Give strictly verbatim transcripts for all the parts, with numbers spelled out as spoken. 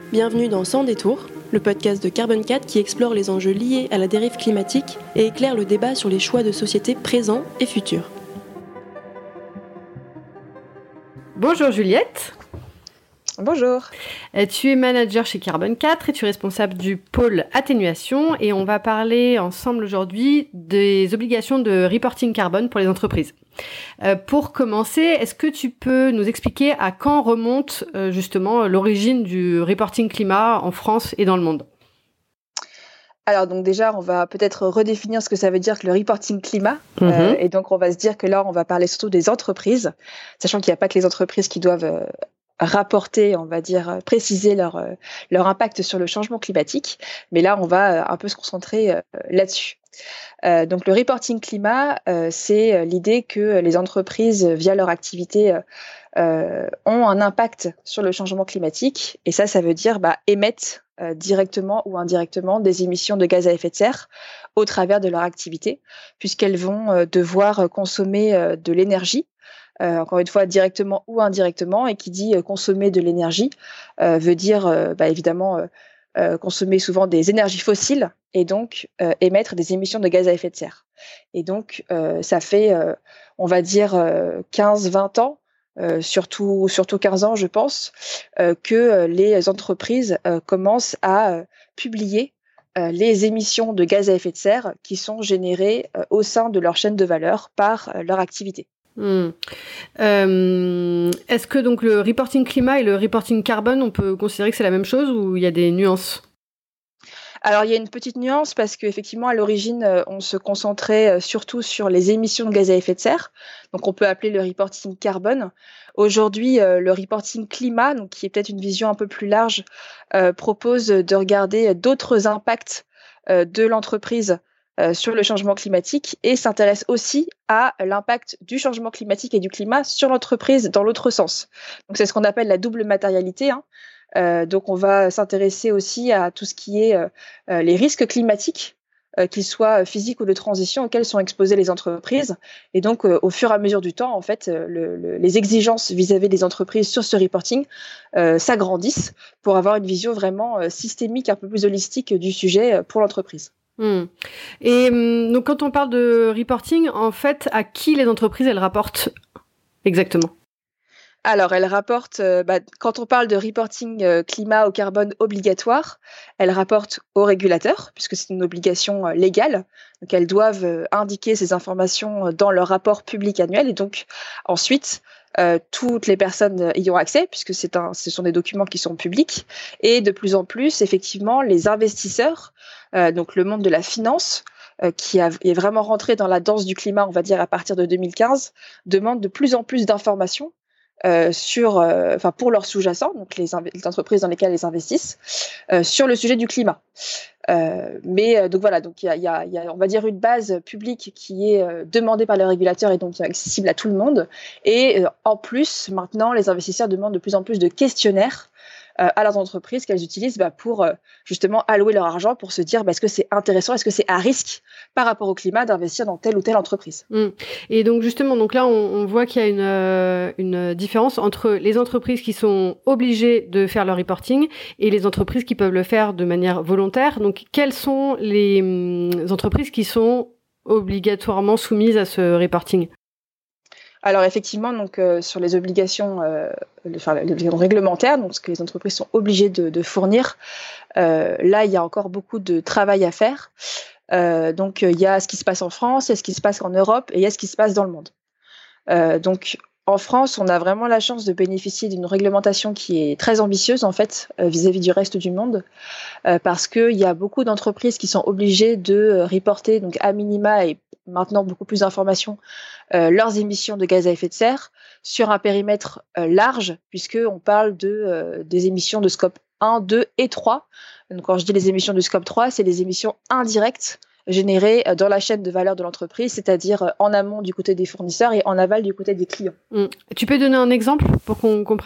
Bienvenue dans Sans détour, le podcast de Carbone quatre qui explore les enjeux liés à la dérive climatique et éclaire le débat sur les choix de société présents et futurs. Bonjour Juliette. Bonjour. Tu es manager chez Carbone quatre et tu es responsable du pôle atténuation et on va parler ensemble aujourd'hui des obligations de reporting carbone pour les entreprises. Euh, pour commencer, est-ce que tu peux nous expliquer à quand remonte euh, justement l'origine du reporting climat en France et dans le monde ? Alors donc déjà, on va peut-être redéfinir ce que ça veut dire que le reporting climat. Mmh. Euh, et donc on va se dire que là, on va parler surtout des entreprises, sachant qu'il n'y a pas que les entreprises qui doivent euh, rapporter, on va dire, préciser leur, euh, leur impact sur le changement climatique. Mais là, on va euh, un peu se concentrer euh, là-dessus. Euh, donc le reporting climat, euh, c'est l'idée que les entreprises, via leur activité, euh, ont un impact sur le changement climatique. Et ça, ça veut dire bah, émettre euh, directement ou indirectement des émissions de gaz à effet de serre au travers de leur activité, puisqu'elles vont euh, devoir consommer euh, de l'énergie. Euh, encore une fois, directement ou indirectement, et qui dit euh, consommer de l'énergie euh, veut dire euh, bah, évidemment euh, euh, consommer souvent des énergies fossiles et donc euh, émettre des émissions de gaz à effet de serre. Et donc, euh, ça fait, euh, on va dire, euh, quinze vingt ans, euh, surtout, surtout quinze ans, je pense, euh, que les entreprises euh, commencent à euh, publier euh, les émissions de gaz à effet de serre qui sont générées euh, au sein de leur chaîne de valeur par euh, leur activité. Mmh. Euh, est-ce que donc le reporting climat et le reporting carbone, on peut considérer que c'est la même chose ou il y a des nuances ? Alors, il y a une petite nuance parce qu'effectivement, à l'origine, on se concentrait surtout sur les émissions de gaz à effet de serre. Donc, on peut appeler le reporting carbone. Aujourd'hui, le reporting climat, donc, qui est peut-être une vision un peu plus large, euh, propose de regarder d'autres impacts euh, de l'entreprise Euh, sur le changement climatique et s'intéresse aussi à l'impact du changement climatique et du climat sur l'entreprise dans l'autre sens. Donc c'est ce qu'on appelle la double matérialité. Hein. Euh, donc on va s'intéresser aussi à tout ce qui est euh, euh, les risques climatiques, euh, qu'ils soient physiques ou de transition, auxquels sont exposées les entreprises. Et donc euh, au fur et à mesure du temps, en fait, euh, le, le, les exigences vis-à-vis des entreprises sur ce reporting euh, s'agrandissent pour avoir une vision vraiment euh, systémique, un peu plus holistique du sujet euh, pour l'entreprise. Mmh. Et donc quand on parle de reporting, en fait, à qui les entreprises elles rapportent exactement ? Alors, elles rapportent, euh, bah, quand on parle de reporting euh, climat au carbone obligatoire, elles rapportent aux régulateurs, puisque c'est une obligation euh, légale. Donc, elles doivent euh, indiquer ces informations dans leur rapport public annuel. Et donc, ensuite, euh, toutes les personnes y ont accès, puisque c'est un, ce sont des documents qui sont publics. Et de plus en plus, effectivement, les investisseurs, euh, donc le monde de la finance, euh, qui a, est vraiment rentré dans la danse du climat, on va dire, à partir de deux mille quinze, demande de plus en plus d'informations Euh, sur, euh, enfin pour leurs sous-jacents, donc les, inv- les entreprises dans lesquelles elles investissent, euh, sur le sujet du climat. Euh, mais euh, donc voilà, donc il y a, y, a, y a, on va dire une base publique qui est euh, demandée par le régulateur et donc qui est accessible à tout le monde. Et euh, en plus, maintenant, les investisseurs demandent de plus en plus de questionnaires euh, à leurs entreprises qu'elles utilisent bah, pour euh, justement allouer leur argent pour se dire bah, est-ce que c'est intéressant, est-ce que c'est à risque par rapport au climat d'investir dans telle ou telle entreprise. Mmh. Et donc justement, donc là on, on voit qu'il y a une, euh, une différence entre les entreprises qui sont obligées de faire leur reporting et les entreprises qui peuvent le faire de manière volontaire. Donc quelles sont les hum, entreprises qui sont obligatoirement soumises à ce reporting ? Alors effectivement, donc euh, sur les obligations, euh, le, enfin, les obligations réglementaires, donc ce que les entreprises sont obligées de, de fournir, euh, là il y a encore beaucoup de travail à faire. Euh, donc il y a ce qui se passe en France, il y a ce qui se passe en Europe et il y a ce qui se passe dans le monde. Euh, donc en France, on a vraiment la chance de bénéficier d'une réglementation qui est très ambitieuse en fait euh, vis-à-vis du reste du monde, euh, parce que il y a beaucoup d'entreprises qui sont obligées de euh, reporter donc à minima et maintenant beaucoup plus d'informations euh, leurs émissions de gaz à effet de serre sur un périmètre euh, large, puisque on parle de euh, des émissions de scope un, deux et trois. Donc quand je dis les émissions de scope trois, c'est les émissions indirectes générées dans la chaîne de valeur de l'entreprise, c'est-à-dire en amont du côté des fournisseurs et en aval du côté des clients. Mmh. Tu peux donner un exemple pour qu'on comprenne bien ?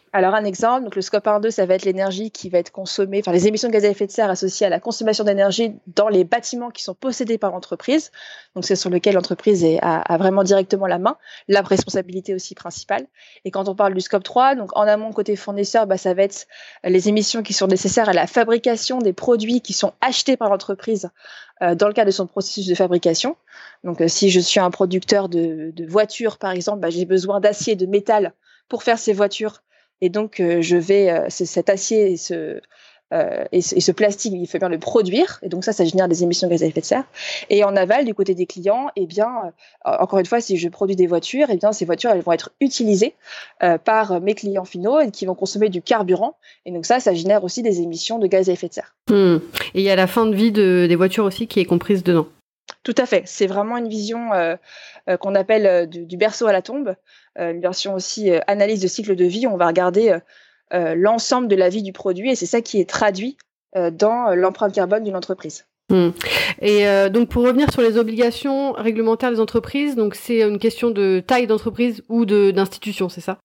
Alors, un exemple, donc le scope un deux, ça va être l'énergie qui va être consommée, enfin les émissions de gaz à effet de serre associées à la consommation d'énergie dans les bâtiments qui sont possédés par l'entreprise. Donc, c'est sur lequel l'entreprise est, a, a vraiment directement la main, la responsabilité aussi principale. Et quand on parle du scope trois, donc en amont côté fournisseur, bah, ça va être les émissions qui sont nécessaires à la fabrication des produits qui sont achetés par l'entreprise euh, dans le cadre de son processus de fabrication. Donc, euh, si je suis un producteur de, de voitures, par exemple, bah, j'ai besoin d'acier, de métal pour faire ces voitures. Et donc, euh, je vais, euh, c'est cet acier et ce, euh, et, ce, et ce plastique, il faut bien le produire. Et donc, ça, ça génère des émissions de gaz à effet de serre. Et en aval, du côté des clients, eh bien, euh, encore une fois, si je produis des voitures, eh bien, ces voitures, elles vont être utilisées euh, par mes clients finaux et qui vont consommer du carburant. Et donc, ça, ça génère aussi des émissions de gaz à effet de serre. Mmh. Et il y a la fin de vie de, des voitures aussi qui est comprise dedans. Tout à fait. C'est vraiment une vision euh, euh, qu'on appelle euh, du, du berceau à la tombe, euh, une version aussi euh, analyse de cycle de vie. On va regarder euh, euh, l'ensemble de la vie du produit et c'est ça qui est traduit euh, dans l'empreinte carbone d'une entreprise. Mmh. Et euh, donc pour revenir sur les obligations réglementaires des entreprises, donc c'est une question de taille d'entreprise ou de, d'institution, c'est ça ?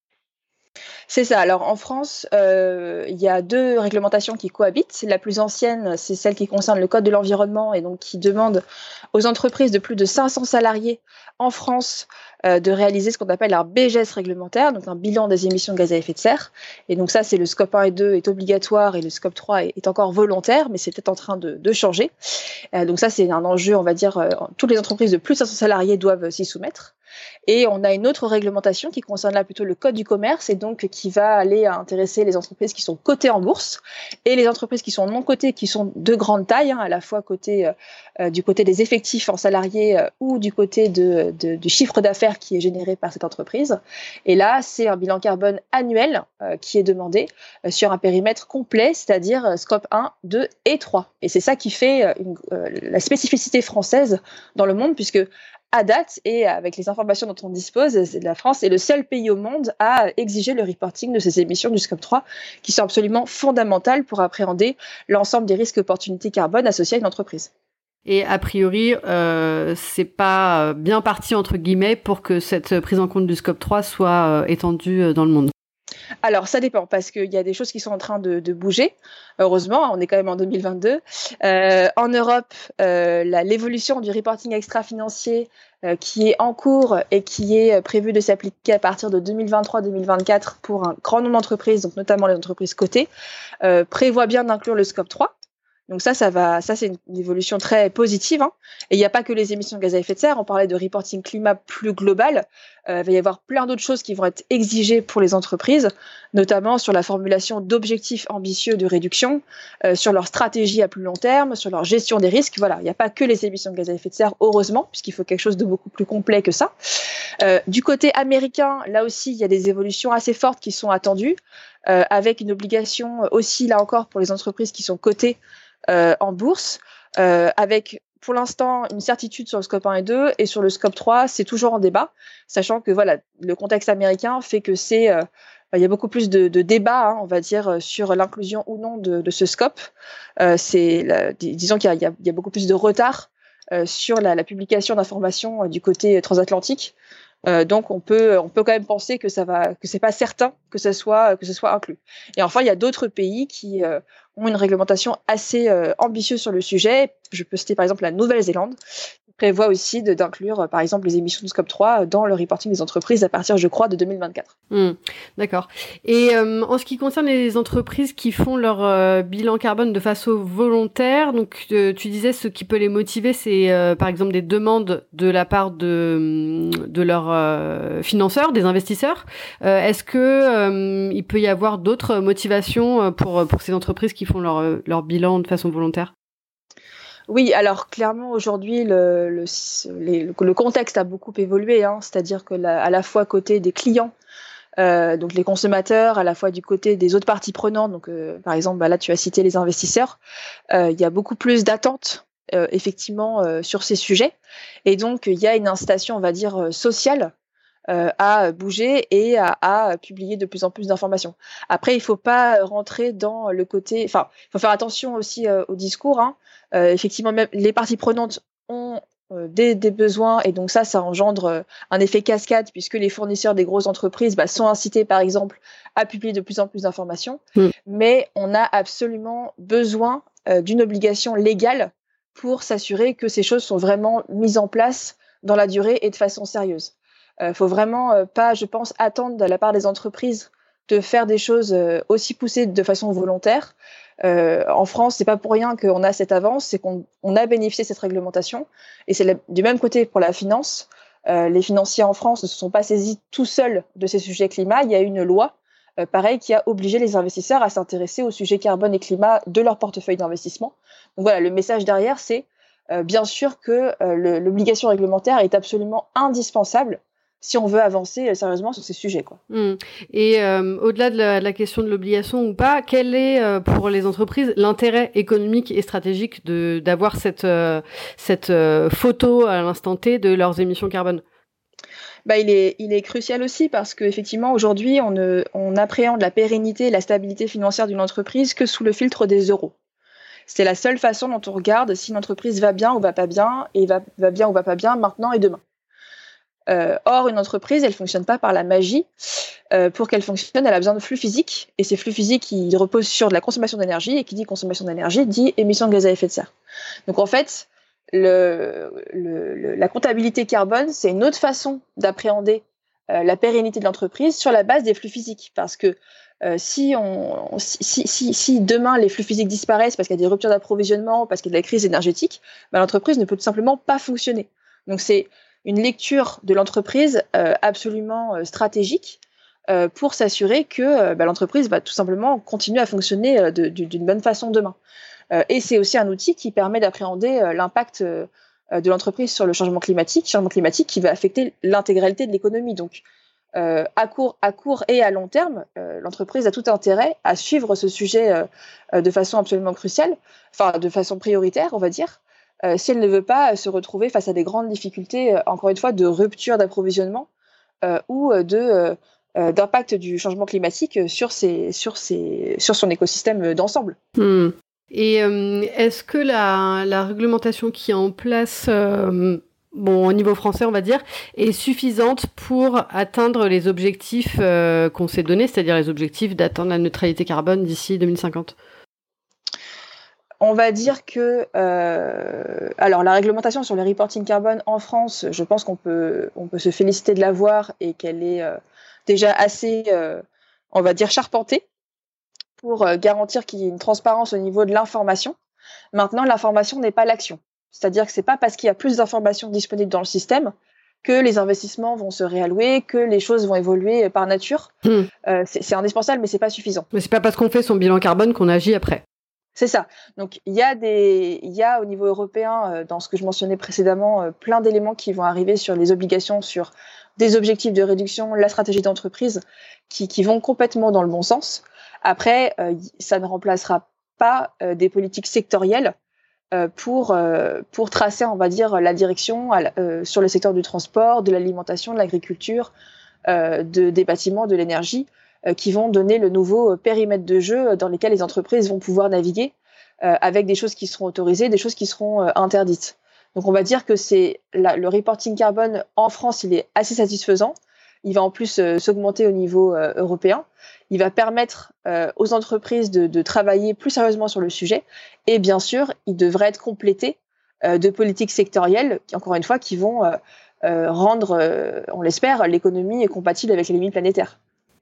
C'est ça. Alors en France, euh, il y a deux réglementations qui cohabitent. La plus ancienne, c'est celle qui concerne le Code de l'environnement et donc qui demande aux entreprises de plus de cinq cents salariés en France euh, de réaliser ce qu'on appelle un B G E S réglementaire, donc un bilan des émissions de gaz à effet de serre. Et donc ça, c'est le scope un et deux est obligatoire et le scope trois est, est encore volontaire, mais c'est peut-être en train de, de changer. Euh, donc ça, c'est un enjeu, on va dire, euh, toutes les entreprises de plus de cinq cents salariés doivent s'y soumettre. Et on a une autre réglementation qui concerne là plutôt le code du commerce et donc qui va aller intéresser les entreprises qui sont cotées en bourse et les entreprises qui sont non cotées, qui sont de grande taille, hein, à la fois côté, euh, du côté des effectifs en salariés euh, ou du côté de, de, du chiffre d'affaires qui est généré par cette entreprise. Et là, c'est un bilan carbone annuel euh, qui est demandé euh, sur un périmètre complet, c'est-à-dire euh, scope un, deux et trois. Et c'est ça qui fait euh, une, euh, la spécificité française dans le monde, puisque à date, et avec les informations dont on dispose, la France est le seul pays au monde à exiger le reporting de ces émissions du scope trois, qui sont absolument fondamentales pour appréhender l'ensemble des risques et opportunités carbone associés à une entreprise. Et a priori, euh, c'est pas bien parti, entre guillemets, pour que cette prise en compte du scope trois soit euh, étendue dans le monde. Alors, ça dépend, parce qu'il y a des choses qui sont en train de, de bouger. Heureusement, on est quand même en deux mille vingt-deux. Euh, en Europe, euh, la, l'évolution du reporting extra-financier euh, qui est en cours et qui est prévu de s'appliquer à partir de deux mille vingt-trois deux mille vingt-quatre pour un grand nombre d'entreprises, donc notamment les entreprises cotées, euh, prévoit bien d'inclure le scope trois. Donc ça, ça va, ça c'est une évolution très positive, hein. Et il n'y a pas que les émissions de gaz à effet de serre. On parlait de reporting climat plus global. Euh, il va y avoir plein d'autres choses qui vont être exigées pour les entreprises, notamment sur la formulation d'objectifs ambitieux de réduction, euh, sur leur stratégie à plus long terme, sur leur gestion des risques. Voilà, il n'y a pas que les émissions de gaz à effet de serre, heureusement, puisqu'il faut quelque chose de beaucoup plus complet que ça. Euh, du côté américain, là aussi, il y a des évolutions assez fortes qui sont attendues, euh, avec une obligation aussi, là encore, pour les entreprises qui sont cotées Euh, en bourse, euh, avec pour l'instant une certitude sur le scope un et deux, et sur le scope trois, c'est toujours en débat, sachant que voilà, le contexte américain fait que c'est, euh, il y a beaucoup plus de, de débats, hein, on va dire, sur l'inclusion ou non de, de ce scope. Euh, c'est, la, dis, disons qu'il y a, il y, a, il y a beaucoup plus de retard euh, sur la, la publication d'informations euh, du côté transatlantique. Euh, donc on peut on peut quand même penser que ça va que c'est pas certain que ça soit que ce soit inclus. Et enfin il y a d'autres pays qui euh, ont une réglementation assez euh, ambitieuse sur le sujet. Je peux citer par exemple la Nouvelle-Zélande, qui prévoit aussi de, d'inclure par exemple les émissions de scope trois dans le reporting des entreprises à partir, je crois, de deux mille vingt-quatre. Mmh, d'accord. Et euh, en ce qui concerne les entreprises qui font leur euh, bilan carbone de façon volontaire, donc euh, tu disais ce qui peut les motiver, c'est euh, par exemple des demandes de la part de de leurs euh, financeurs, des investisseurs. Euh, est-ce que euh, il peut y avoir d'autres motivations pour pour ces entreprises qui font leur leur bilan de façon volontaire ? Oui, alors clairement aujourd'hui le, le, les, le contexte a beaucoup évolué, hein, c'est-à-dire que la, à la fois côté des clients, euh, donc les consommateurs, à la fois du côté des autres parties prenantes, donc euh, par exemple bah là tu as cité les investisseurs, euh, il y a beaucoup plus d'attentes euh, effectivement euh, sur ces sujets, et donc il y a une incitation, on va dire, sociale Euh, à bouger et à, à publier de plus en plus d'informations. Après, il faut pas rentrer dans le côté... Enfin, il faut faire attention aussi euh, au discours, hein. Euh, effectivement, même les parties prenantes ont euh, des, des besoins, et donc ça, ça engendre euh, un effet cascade, puisque les fournisseurs des grosses entreprises bah, sont incités, par exemple, à publier de plus en plus d'informations. Mmh. Mais on a absolument besoin euh, d'une obligation légale pour s'assurer que ces choses sont vraiment mises en place dans la durée et de façon sérieuse. Il euh, faut vraiment euh, pas, je pense, attendre de la part des entreprises de faire des choses euh, aussi poussées de façon volontaire. Euh, en France, c'est pas pour rien qu'on a cette avance, c'est qu'on on a bénéficié de cette réglementation. Et c'est la, du même côté pour la finance. Euh, les financiers en France ne se sont pas saisis tout seuls de ces sujets climat. Il y a une loi, euh, pareil, qui a obligé les investisseurs à s'intéresser aux sujets carbone et climat de leur portefeuille d'investissement. Donc voilà, le message derrière, c'est euh, bien sûr que euh, le, l'obligation réglementaire est absolument indispensable si on veut avancer sérieusement sur ces sujets, quoi. Mmh. Et euh, au-delà de la, de la question de l'obligation ou pas, quel est euh, pour les entreprises l'intérêt économique et stratégique de, d'avoir cette, euh, cette euh, photo à l'instant T de leurs émissions carbone ? Bah, il est, il est crucial aussi parce qu'effectivement, aujourd'hui, on, ne, on appréhende la pérennité et la stabilité financière d'une entreprise que sous le filtre des euros. C'est la seule façon dont on regarde si une entreprise va bien ou va pas bien, et va, va bien ou va pas bien maintenant et demain. Euh, or, une entreprise, elle fonctionne pas par la magie. Euh, pour qu'elle fonctionne, elle a besoin de flux physiques. Et ces flux physiques, ils reposent sur de la consommation d'énergie. Et qui dit consommation d'énergie, dit émission de gaz à effet de serre. Donc en fait, le, le, le, la comptabilité carbone, c'est une autre façon d'appréhender euh, la pérennité de l'entreprise sur la base des flux physiques. Parce que euh, si, on, si, si, si demain les flux physiques disparaissent parce qu'il y a des ruptures d'approvisionnement, parce qu'il y a de la crise énergétique, bah, l'entreprise ne peut tout simplement pas fonctionner. Donc c'est une lecture de l'entreprise euh, absolument euh, stratégique euh, pour s'assurer que euh, bah, l'entreprise va tout simplement continuer à fonctionner euh, de, de, d'une bonne façon demain. Euh, et c'est aussi un outil qui permet d'appréhender euh, l'impact euh, de l'entreprise sur le changement climatique, changement climatique qui va affecter l'intégralité de l'économie. Donc, euh, à, court, à court et à long terme, euh, l'entreprise a tout intérêt à suivre ce sujet euh, de façon absolument cruciale, enfin de façon prioritaire, on va dire. Euh, si elle ne veut pas se retrouver face à des grandes difficultés, euh, encore une fois, de rupture d'approvisionnement euh, ou de, euh, d'impact du changement climatique sur, ses, sur, ses, sur son écosystème d'ensemble. Mmh. Et euh, est-ce que la, la réglementation qui est en place, euh, bon, au niveau français, on va dire, est suffisante pour atteindre les objectifs euh, qu'on s'est donnés, c'est-à-dire les objectifs d'atteindre la neutralité carbone d'ici deux mille cinquante ? On va dire que euh, alors la réglementation sur le reporting carbone en France, je pense qu'on peut on peut se féliciter de l'avoir et qu'elle est euh, déjà assez, euh, on va dire, charpentée pour euh, garantir qu'il y ait une transparence au niveau de l'information. Maintenant, l'information n'est pas l'action. C'est-à-dire que c'est pas parce qu'il y a plus d'informations disponibles dans le système que les investissements vont se réallouer, que les choses vont évoluer par nature. Mmh. Euh, c'est, c'est indispensable, mais c'est pas suffisant. Mais c'est pas parce qu'on fait son bilan carbone qu'on agit après. C'est ça. Donc il y a des, il y a au niveau européen, euh, dans ce que je mentionnais précédemment, euh, plein d'éléments qui vont arriver sur les obligations, sur des objectifs de réduction, la stratégie d'entreprise, qui, qui vont complètement dans le bon sens. Après, euh, ça ne remplacera pas euh, des politiques sectorielles euh, pour euh, pour tracer, on va dire, la direction à, euh, sur le secteur du transport, de l'alimentation, de l'agriculture, euh, de, des bâtiments, de l'énergie, qui vont donner le nouveau périmètre de jeu dans lesquels les entreprises vont pouvoir naviguer euh, avec des choses qui seront autorisées, des choses qui seront euh, interdites. Donc on va dire que c'est la, le reporting carbone en France, il est assez satisfaisant. Il va en plus euh, s'augmenter au niveau euh, européen. Il va permettre euh, aux entreprises de, de travailler plus sérieusement sur le sujet. Et bien sûr, il devrait être complété euh, de politiques sectorielles, qui, encore une fois, qui vont euh, euh, rendre, euh, on l'espère, l'économie compatible avec les limites planétaires.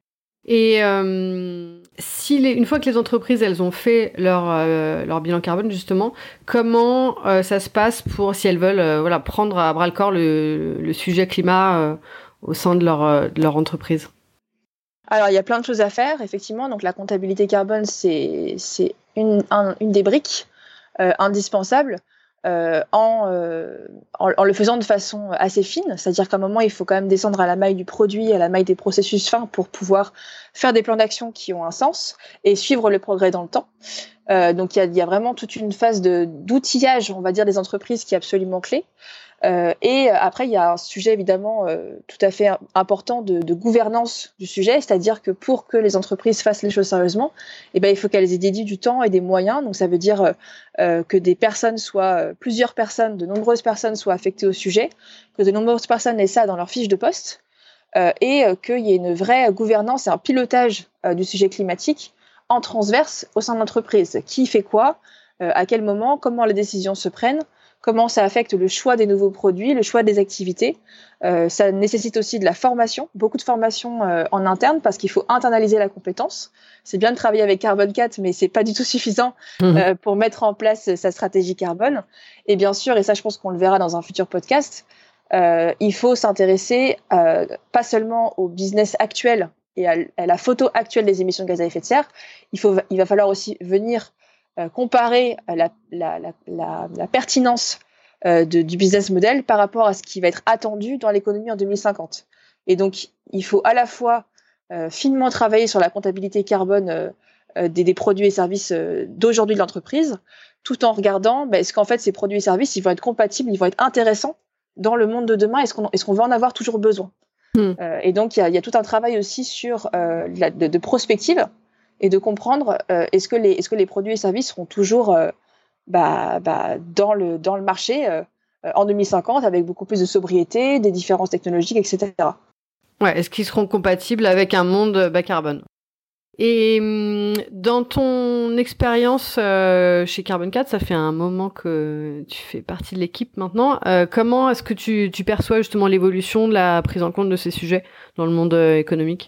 Et euh, si les, une fois que les entreprises elles ont fait leur euh, leur bilan carbone justement, comment euh, ça se passe pour si elles veulent euh, voilà prendre à bras le corps le, le sujet climat euh, au sein de leur euh, de leur entreprise? Alors il y a plein de choses à faire effectivement. Donc la comptabilité carbone c'est c'est une un, une des briques euh, indispensables. Euh, en, euh, en, en le faisant de façon assez fine, c'est-à-dire qu'à un moment, il faut quand même descendre à la maille du produit, à la maille des processus fins pour pouvoir faire des plans d'action qui ont un sens et suivre le progrès dans le temps. Euh, donc, il y a, y a vraiment toute une phase de, d'outillage, on va dire, des entreprises qui est absolument clé. Euh, et après, il y a un sujet évidemment euh, tout à fait important de, de gouvernance du sujet, c'est-à-dire que pour que les entreprises fassent les choses sérieusement, eh ben, il faut qu'elles aient dédié du temps et des moyens. Donc ça veut dire euh, que des personnes soient, plusieurs personnes, de nombreuses personnes soient affectées au sujet, que de nombreuses personnes aient ça dans leur fiche de poste, euh, et euh, qu'il y ait une vraie gouvernance et un pilotage euh, du sujet climatique en transverse au sein de l'entreprise. Qui fait quoi, euh, à quel moment, comment les décisions se prennent, comment ça affecte le choix des nouveaux produits, le choix des activités. Euh, ça nécessite aussi de la formation, beaucoup de formation euh, en interne, parce qu'il faut internaliser la compétence. C'est bien de travailler avec Carbone quatre, mais c'est pas du tout suffisant mmh. euh, pour mettre en place sa stratégie carbone. Et bien sûr, et ça je pense qu'on le verra dans un futur podcast, euh, il faut s'intéresser euh, pas seulement au business actuel et à, à la photo actuelle des émissions de gaz à effet de serre, il, faut, il va falloir aussi venir Euh, comparer la, la, la, la, la pertinence euh, de, du business model par rapport à ce qui va être attendu dans l'économie en deux mille cinquante. Et donc, il faut à la fois euh, finement travailler sur la comptabilité carbone euh, euh, des, des produits et services euh, d'aujourd'hui de l'entreprise, tout en regardant bah, est-ce qu'en fait ces produits et services ils vont être compatibles, ils vont être intéressants dans le monde de demain, est-ce qu'on, est-ce qu'on va en avoir toujours besoin mmh. euh, Et donc, il y a, y a tout un travail aussi sur euh, la, de, de prospective, et de comprendre euh, est-ce que les est-ce que les produits et services seront toujours euh, bah, bah, dans le dans le marché euh, en deux mille cinquante avec beaucoup plus de sobriété, des différences technologiques, et cetera. Ouais, est-ce qu'ils seront compatibles avec un monde bas carbone? Et dans ton expérience euh, chez Carbone quatre, ça fait un moment que tu fais partie de l'équipe maintenant. Euh, comment est-ce que tu, tu perçois justement l'évolution de la prise en compte de ces sujets dans le monde euh, économique?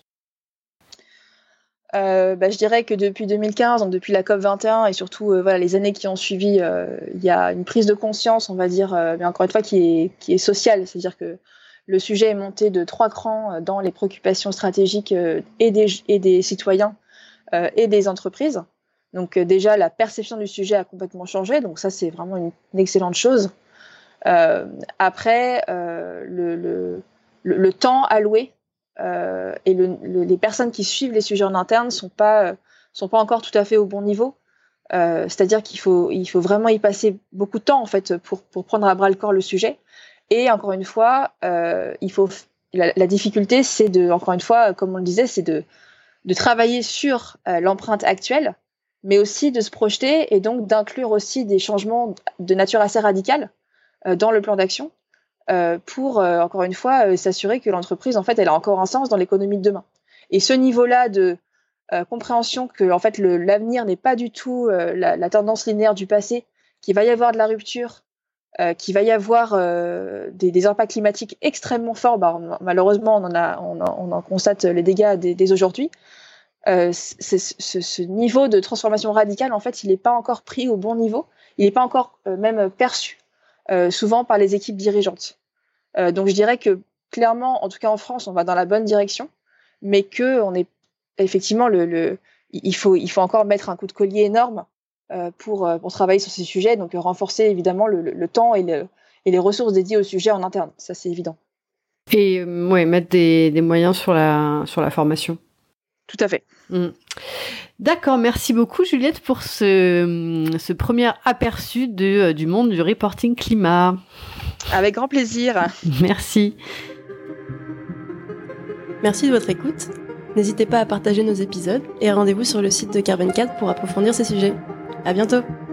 Euh, bah, je dirais que depuis deux mille quinze, donc depuis la COP vingt et un et surtout euh, voilà, les années qui ont suivi, euh, il y a une prise de conscience, on va dire, euh, mais encore une fois, qui est, qui est sociale. C'est-à-dire que le sujet est monté de trois crans dans les préoccupations stratégiques euh, et, des, et des citoyens euh, et des entreprises. Donc euh, déjà, la perception du sujet a complètement changé. Donc ça, c'est vraiment une, une excellente chose. Euh, après, euh, le, le, le, le temps alloué Euh, et le, le, les personnes qui suivent les sujets en interne sont pas euh, sont pas encore tout à fait au bon niveau. Euh, c'est-à-dire qu'il faut il faut vraiment y passer beaucoup de temps en fait pour pour prendre à bras le corps le sujet. Et encore une fois, euh, il faut la, la difficulté, c'est de encore une fois, comme on le disait, c'est de de travailler sur euh, l'empreinte actuelle, mais aussi de se projeter et donc d'inclure aussi des changements de nature assez radicale euh, dans le plan d'action. Euh, pour, euh, encore une fois, euh, s'assurer que l'entreprise, en fait, elle a encore un sens dans l'économie de demain. Et ce niveau-là de euh, compréhension que, en fait, le, l'avenir n'est pas du tout euh, la, la tendance linéaire du passé, qu'il va y avoir de la rupture, euh, qu'il va y avoir euh, des, des impacts climatiques extrêmement forts. Bah, on, malheureusement, on en, a, on, en, on en constate les dégâts dès, dès aujourd'hui. Euh, c'est, c'est, ce niveau de transformation radicale, en fait, il n'est pas encore pris au bon niveau. Il n'est pas encore euh, même perçu. Euh, souvent par les équipes dirigeantes. Euh, donc je dirais que clairement, en tout cas en France, on va dans la bonne direction, mais que on est effectivement le, le il faut il faut encore mettre un coup de collier énorme euh, pour pour travailler sur ces sujets. Donc renforcer évidemment le, le, le temps et, le, et les ressources dédiées au sujet en interne, ça c'est évident. Et euh, ouais, mettre des, des moyens sur la sur la formation. Tout à fait. Mmh. D'accord, merci beaucoup Juliette pour ce, ce premier aperçu de, du monde du reporting climat. Avec grand plaisir. Merci. Merci de votre écoute. N'hésitez pas à partager nos épisodes et rendez-vous sur le site de Carbone quatre pour approfondir ces sujets. À bientôt.